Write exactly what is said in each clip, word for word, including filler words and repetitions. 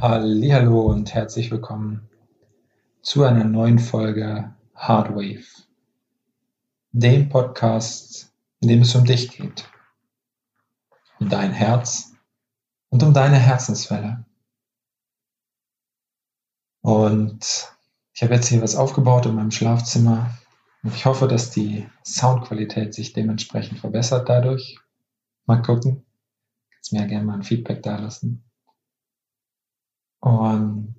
Hallihallo und herzlich willkommen zu einer neuen Folge Heartwave, dem Podcast, in dem es um dich geht, um dein Herz und um deine Herzenswelle. Und ich habe jetzt hier was aufgebaut in meinem Schlafzimmer und ich hoffe, dass die Soundqualität sich dementsprechend verbessert dadurch. Mal gucken, kannst mir ja gerne mal ein Feedback da lassen. Und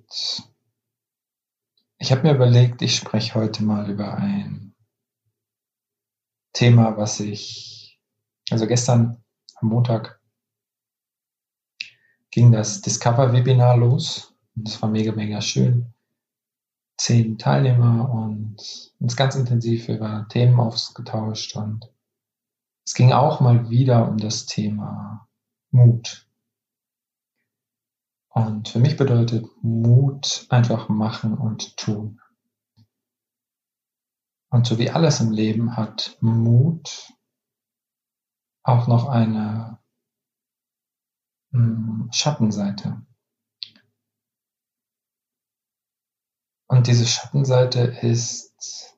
ich habe mir überlegt, ich spreche heute mal über ein Thema, was ich, also gestern am Montag ging das Discover-Webinar los und es war mega, mega schön. Zehn Teilnehmer und uns ganz intensiv über Themen ausgetauscht und es ging auch mal wieder um das Thema Mut. Und für mich bedeutet Mut einfach machen und tun. Und so wie alles im Leben hat Mut auch noch eine mh, Schattenseite. Und diese Schattenseite ist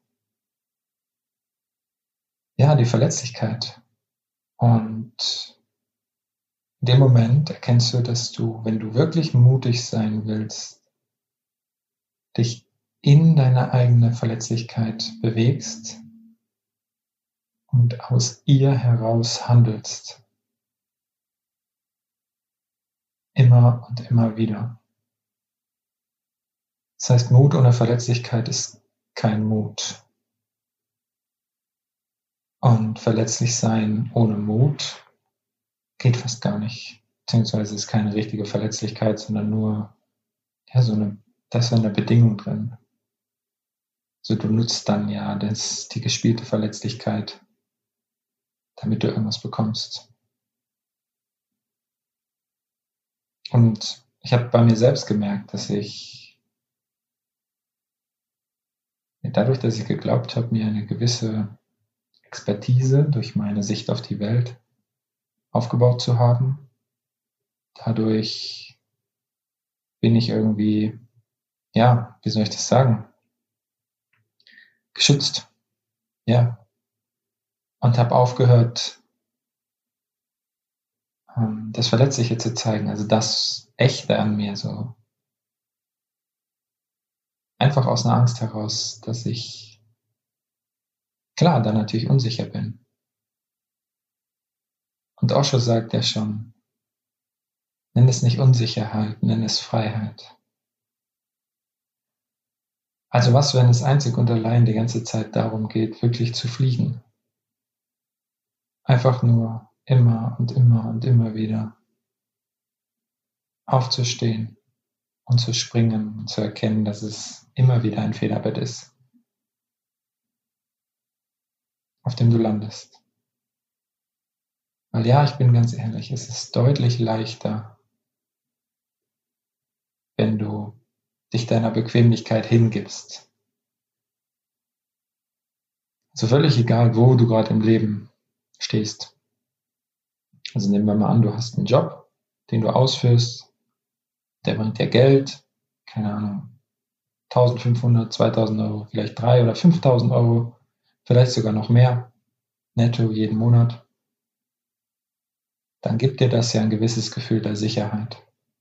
ja die Verletzlichkeit. Und in dem Moment erkennst du, dass du, wenn du wirklich mutig sein willst, dich in deine eigene Verletzlichkeit bewegst und aus ihr heraus handelst. Immer und immer wieder. Das heißt, Mut ohne Verletzlichkeit ist kein Mut. Und verletzlich sein ohne Mut geht fast gar nicht. Beziehungsweise ist keine richtige Verletzlichkeit, sondern nur, ja, so eine, da ist so eine Bedingung drin. So, du nutzt dann ja das, die gespielte Verletzlichkeit, damit du irgendwas bekommst. Und ich habe bei mir selbst gemerkt, dass ich, dadurch, dass ich geglaubt habe, mir eine gewisse Expertise durch meine Sicht auf die Welt aufgebaut zu haben, dadurch bin ich irgendwie, ja, wie soll ich das sagen, geschützt, ja, und habe aufgehört, das Verletzliche zu zeigen, also das Echte an mir, so einfach aus einer Angst heraus, dass ich, klar, da natürlich unsicher bin. Und Osho sagt ja schon, nenn es nicht Unsicherheit, nenn es Freiheit. Also was, wenn es einzig und allein die ganze Zeit darum geht, wirklich zu fliegen? Einfach nur immer und immer und immer wieder aufzustehen und zu springen und zu erkennen, dass es immer wieder ein Federbett ist, auf dem du landest. Weil ja, ich bin ganz ehrlich, es ist deutlich leichter, wenn du dich deiner Bequemlichkeit hingibst. Also völlig egal, wo du gerade im Leben stehst. Also nehmen wir mal an, du hast einen Job, den du ausführst, der bringt dir Geld, keine Ahnung, eintausendfünfhundert, zweitausend Euro, vielleicht drei oder fünftausend Euro, vielleicht sogar noch mehr, netto jeden Monat. Dann gibt dir das ja ein gewisses Gefühl der Sicherheit.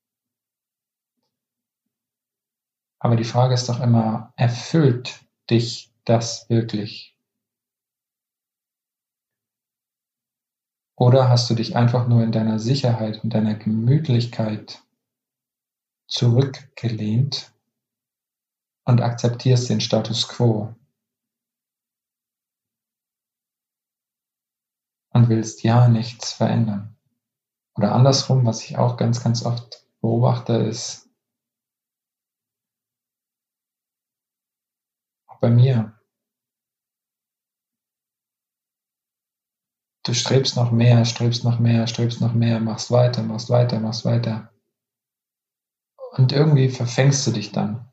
Aber die Frage ist doch immer, erfüllt dich das wirklich? Oder hast du dich einfach nur in deiner Sicherheit und deiner Gemütlichkeit zurückgelehnt und akzeptierst den Status quo und willst ja nichts verändern? Oder andersrum, was ich auch ganz, ganz oft beobachte, ist auch bei mir. Du strebst noch mehr, strebst noch mehr, strebst noch mehr, machst weiter, machst weiter, machst weiter. Und irgendwie verfängst du dich dann.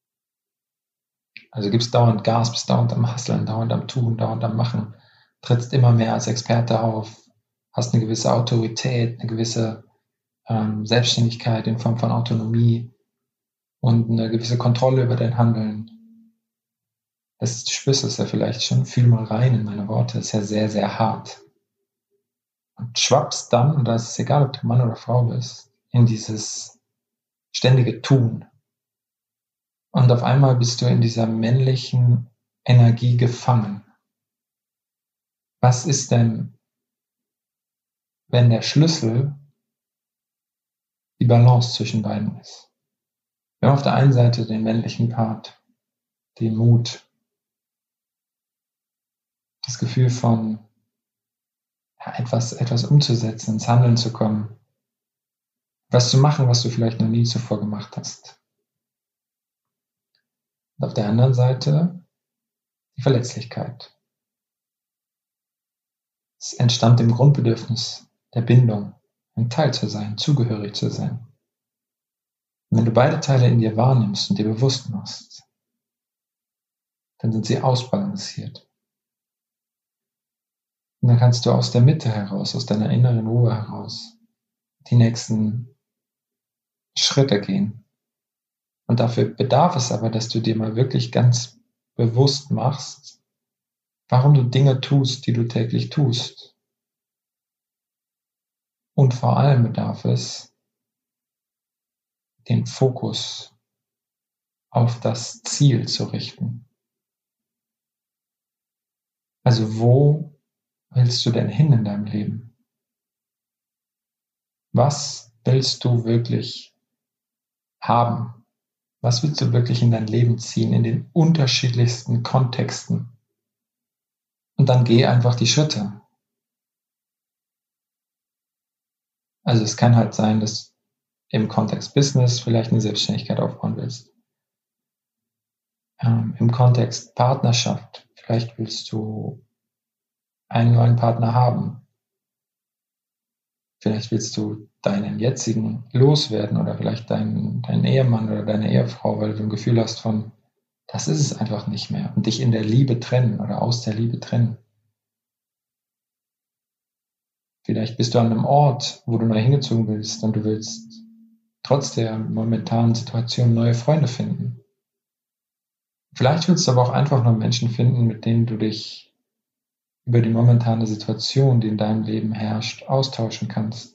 Also gibst dauernd Gas, bist dauernd am Hustlen, dauernd am Tun, dauernd am Machen, trittst immer mehr als Experte auf, hast eine gewisse Autorität, eine gewisse ähm, Selbstständigkeit in Form von Autonomie, und eine gewisse Kontrolle über dein Handeln. Das, du spürst es ja vielleicht schon, fühl mal rein in meine Worte, das ist ja sehr, sehr hart. Und schwappst dann, und da ist es egal, ob du Mann oder Frau bist, in dieses ständige Tun. Und auf einmal bist du in dieser männlichen Energie gefangen. Was ist denn, wenn der Schlüssel die Balance zwischen beiden ist? Wir haben auf der einen Seite den männlichen Part, den Mut, das Gefühl von ja, etwas, etwas umzusetzen, ins Handeln zu kommen, was zu machen, was du vielleicht noch nie zuvor gemacht hast. Und auf der anderen Seite die Verletzlichkeit. Es entstammt dem Grundbedürfnis der Bindung, ein Teil zu sein, zugehörig zu sein. Und wenn du beide Teile in dir wahrnimmst und dir bewusst machst, dann sind sie ausbalanciert. Und dann kannst du aus der Mitte heraus, aus deiner inneren Ruhe heraus, die nächsten Schritte gehen. Und dafür bedarf es aber, dass du dir mal wirklich ganz bewusst machst, warum du Dinge tust, die du täglich tust. Und vor allem bedarf es, den Fokus auf das Ziel zu richten. Also wo willst du denn hin in deinem Leben? Was willst du wirklich haben? Was willst du wirklich in dein Leben ziehen, in den unterschiedlichsten Kontexten? Und dann geh einfach die Schritte. Also es kann halt sein, dass du im Kontext Business vielleicht eine Selbstständigkeit aufbauen willst. Ähm, Im Kontext Partnerschaft, vielleicht willst du einen neuen Partner haben. Vielleicht willst du deinen jetzigen loswerden oder vielleicht deinen, deinen Ehemann oder deine Ehefrau, weil du ein Gefühl hast von, das ist es einfach nicht mehr und dich in der Liebe trennen oder aus der Liebe trennen. Vielleicht bist du an einem Ort, wo du neu hingezogen willst und du willst trotz der momentanen Situation neue Freunde finden. Vielleicht willst du aber auch einfach nur Menschen finden, mit denen du dich über die momentane Situation, die in deinem Leben herrscht, austauschen kannst.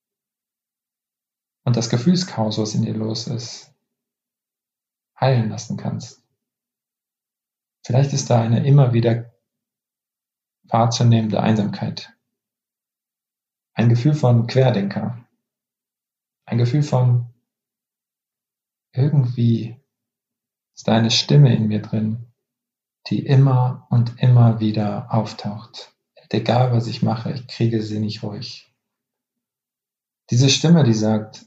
Und das Gefühlschaos, was in dir los ist, heilen lassen kannst. Vielleicht ist da eine immer wieder wahrzunehmende Einsamkeit. Ein Gefühl von Querdenker. Ein Gefühl von irgendwie ist da eine Stimme in mir drin, die immer und immer wieder auftaucht. Und egal was ich mache, ich kriege sie nicht ruhig. Diese Stimme, die sagt,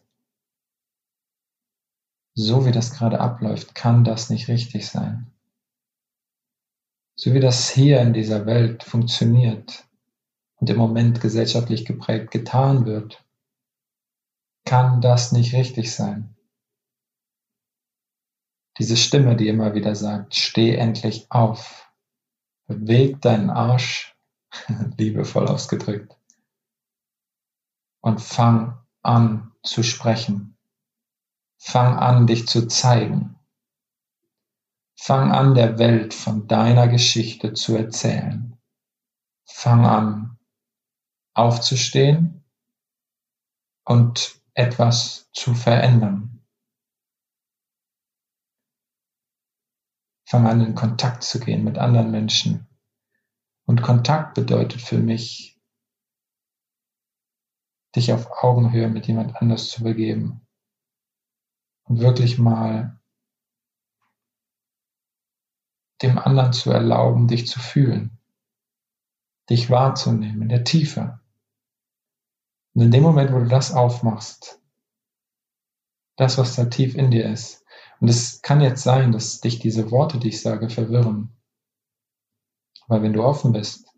so wie das gerade abläuft, kann das nicht richtig sein. So wie das hier in dieser Welt funktioniert und im Moment gesellschaftlich geprägt getan wird, kann das nicht richtig sein. Diese Stimme, die immer wieder sagt, steh endlich auf, beweg deinen Arsch, liebevoll ausgedrückt, und fang an zu sprechen. Fang an, dich zu zeigen. Fang an, der Welt von deiner Geschichte zu erzählen. Fang an, aufzustehen und etwas zu verändern. Fang an, in Kontakt zu gehen mit anderen Menschen. Und Kontakt bedeutet für mich, dich auf Augenhöhe mit jemand anders zu begeben. Und wirklich mal dem anderen zu erlauben, dich zu fühlen. Dich wahrzunehmen in der Tiefe. Und in dem Moment, wo du das aufmachst, das, was da tief in dir ist, und es kann jetzt sein, dass dich diese Worte, die ich sage, verwirren. Aber wenn du offen bist,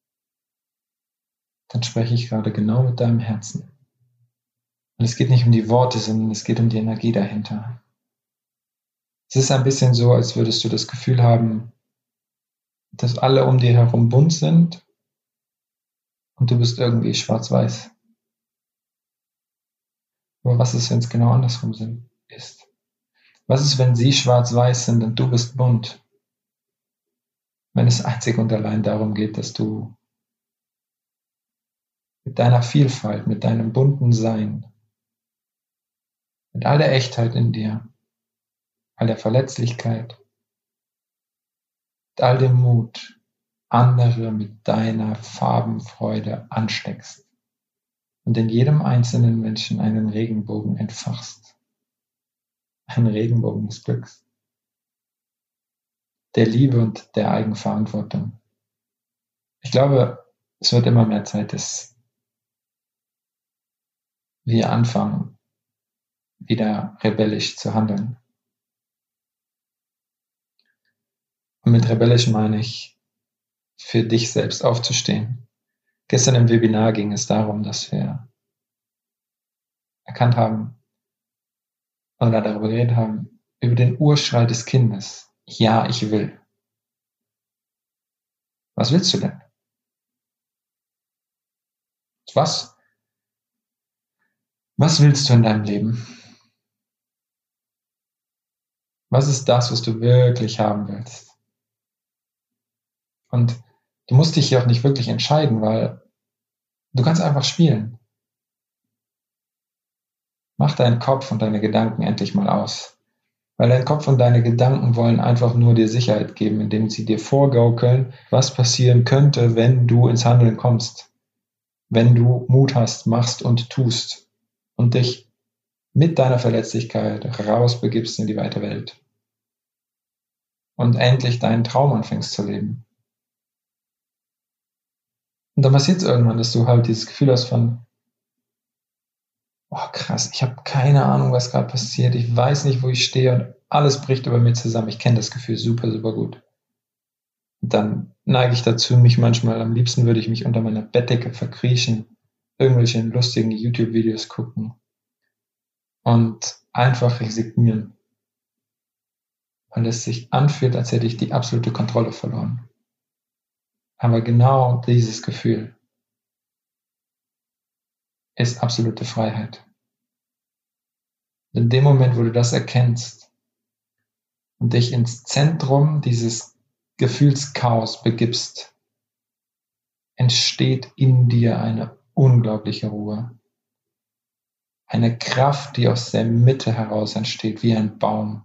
dann spreche ich gerade genau mit deinem Herzen. Und es geht nicht um die Worte, sondern es geht um die Energie dahinter. Es ist ein bisschen so, als würdest du das Gefühl haben, dass alle um dir herum bunt sind und du bist irgendwie schwarz-weiß. Aber was ist, wenn es genau andersrum ist? Was ist, wenn sie schwarz-weiß sind und du bist bunt? Wenn es einzig und allein darum geht, dass du mit deiner Vielfalt, mit deinem bunten Sein, mit all der Echtheit in dir, all der Verletzlichkeit, mit all dem Mut, andere mit deiner Farbenfreude ansteckst und in jedem einzelnen Menschen einen Regenbogen entfachst. Einen Regenbogen des Glücks, der Liebe und der Eigenverantwortung. Ich glaube, es wird immer mehr Zeit, dass wir anfangen, wieder rebellisch zu handeln. Und mit rebellisch meine ich, für dich selbst aufzustehen. Gestern im Webinar ging es darum, dass wir erkannt haben oder darüber geredet haben, über den Urschrei des Kindes. Ja, ich will. Was willst du denn? Was? Was willst du in deinem Leben? Was ist das, was du wirklich haben willst? Und du musst dich hier auch nicht wirklich entscheiden, weil du kannst einfach spielen. Mach deinen Kopf und deine Gedanken endlich mal aus. Weil dein Kopf und deine Gedanken wollen einfach nur dir Sicherheit geben, indem sie dir vorgaukeln, was passieren könnte, wenn du ins Handeln kommst. Wenn du Mut hast, machst und tust und dich mit deiner Verletzlichkeit rausbegibst in die weite Welt und endlich deinen Traum anfängst zu leben. Und dann passiert es irgendwann, dass du halt dieses Gefühl hast von, oh krass, ich habe keine Ahnung, was gerade passiert, ich weiß nicht, wo ich stehe und alles bricht über mir zusammen. Ich kenne das Gefühl super, super gut. Und dann neige ich dazu, mich manchmal, am liebsten würde ich mich unter meiner Bettdecke verkriechen, irgendwelche lustigen YouTube-Videos gucken und einfach resignieren, weil es sich anfühlt, als hätte ich die absolute Kontrolle verloren. Aber genau dieses Gefühl ist absolute Freiheit. Und in dem Moment, wo du das erkennst und dich ins Zentrum dieses Gefühlschaos begibst, entsteht in dir eine unglaubliche Ruhe. Eine Kraft, die aus der Mitte heraus entsteht, wie ein Baum.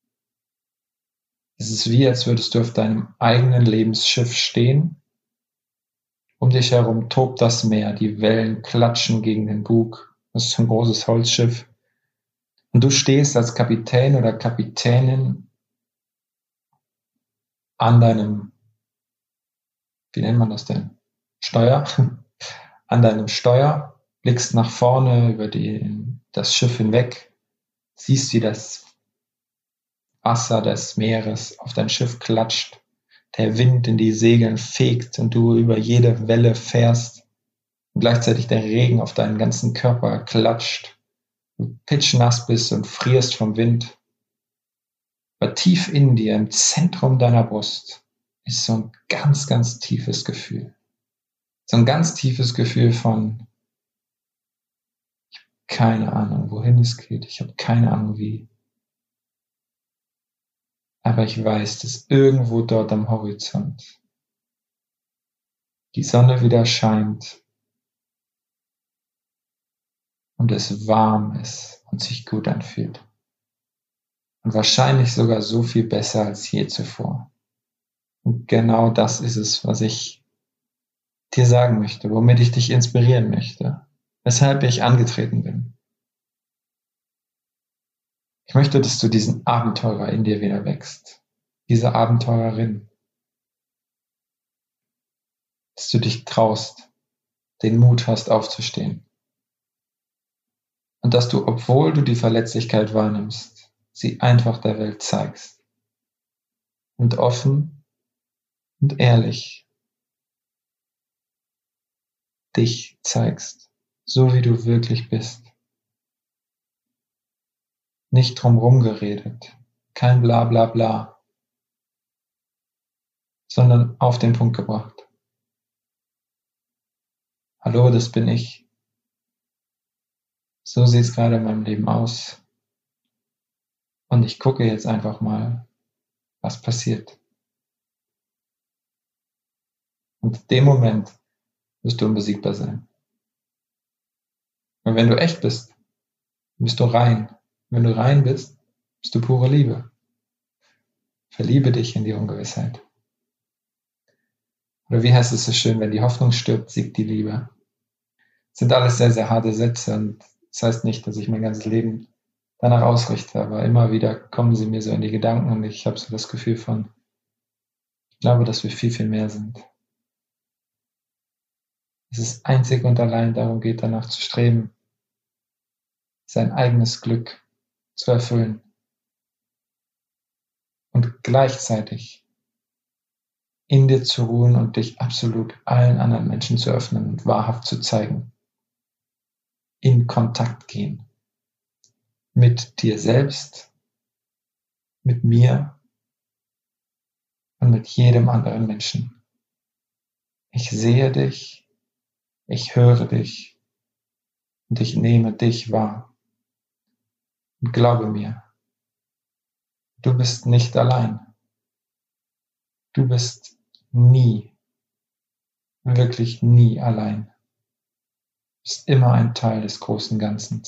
Es ist wie, als würdest du auf deinem eigenen Lebensschiff stehen. Um dich herum tobt das Meer, die Wellen klatschen gegen den Bug. Das ist ein großes Holzschiff. Und du stehst als Kapitän oder Kapitänin an deinem, wie nennt man das denn? Steuer? An deinem Steuer, blickst nach vorne über die, das Schiff hinweg, siehst, wie das Wasser des Meeres auf dein Schiff klatscht, der Wind in die Segeln fegt und du über jede Welle fährst und gleichzeitig der Regen auf deinen ganzen Körper klatscht, du pitschnass bist und frierst vom Wind. Aber tief in dir, im Zentrum deiner Brust, ist so ein ganz, ganz tiefes Gefühl. So ein ganz tiefes Gefühl von, ich habe keine Ahnung, wohin es geht, ich habe keine Ahnung wie. Aber ich weiß, dass irgendwo dort am Horizont die Sonne wieder scheint und es warm ist und sich gut anfühlt. Und wahrscheinlich sogar so viel besser als je zuvor. Und genau das ist es, was ich dir sagen möchte, womit ich dich inspirieren möchte, weshalb ich angetreten bin. Ich möchte, dass du diesen Abenteurer in dir wieder wächst, diese Abenteurerin, dass du dich traust, den Mut hast, aufzustehen. Und dass du, obwohl du die Verletzlichkeit wahrnimmst, sie einfach der Welt zeigst. Und offen und ehrlich dich zeigst, so wie du wirklich bist. Nicht drumherum geredet, kein bla bla bla, sondern auf den Punkt gebracht. Hallo, das bin ich. So sieht es gerade in meinem Leben aus. Und ich gucke jetzt einfach mal, was passiert. Und in dem Moment wirst du unbesiegbar sein. Und wenn du echt bist, bist du rein. Wenn du rein bist, bist du pure Liebe. Verliebe dich in die Ungewissheit. Oder wie heißt es so schön, wenn die Hoffnung stirbt, siegt die Liebe. Das sind alles sehr, sehr harte Sätze und das heißt nicht, dass ich mein ganzes Leben danach ausrichte, aber immer wieder kommen sie mir so in die Gedanken und ich habe so das Gefühl von, ich glaube, dass wir viel, viel mehr sind. Dass es einzig und allein darum geht, danach zu streben, sein eigenes Glück zu erfüllen und gleichzeitig in dir zu ruhen und dich absolut allen anderen Menschen zu öffnen und wahrhaft zu zeigen. In Kontakt gehen. Mit dir selbst, mit mir und mit jedem anderen Menschen. Ich sehe dich, ich höre dich und ich nehme dich wahr. Und glaube mir, du bist nicht allein. Du bist nie, wirklich nie allein. Du bist immer ein Teil des großen Ganzen.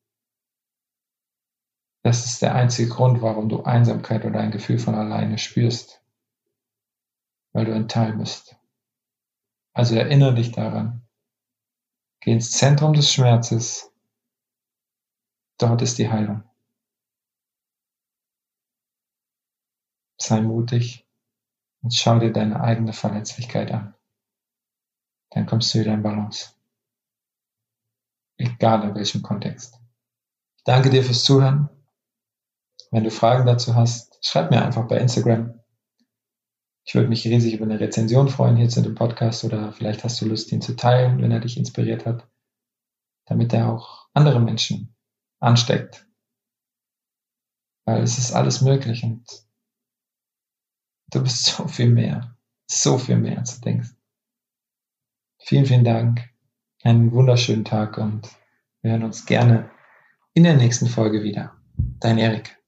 Das ist der einzige Grund, warum du Einsamkeit oder ein Gefühl von alleine spürst, weil du ein Teil bist. Also erinnere dich daran. Geh ins Zentrum des Schmerzes. Dort ist die Heilung. Sei mutig und schau dir deine eigene Verletzlichkeit an. Dann kommst du wieder in Balance. Egal in welchem Kontext. Ich danke dir fürs Zuhören. Wenn du Fragen dazu hast, schreib mir einfach bei Instagram. Ich würde mich riesig über eine Rezension freuen hier zu dem Podcast oder vielleicht hast du Lust, ihn zu teilen, wenn er dich inspiriert hat, damit er auch andere Menschen ansteckt. Weil es ist alles möglich und du bist so viel mehr, so viel mehr, als du denkst. Vielen, vielen Dank. Einen wunderschönen Tag und wir hören uns gerne in der nächsten Folge wieder. Dein Erik.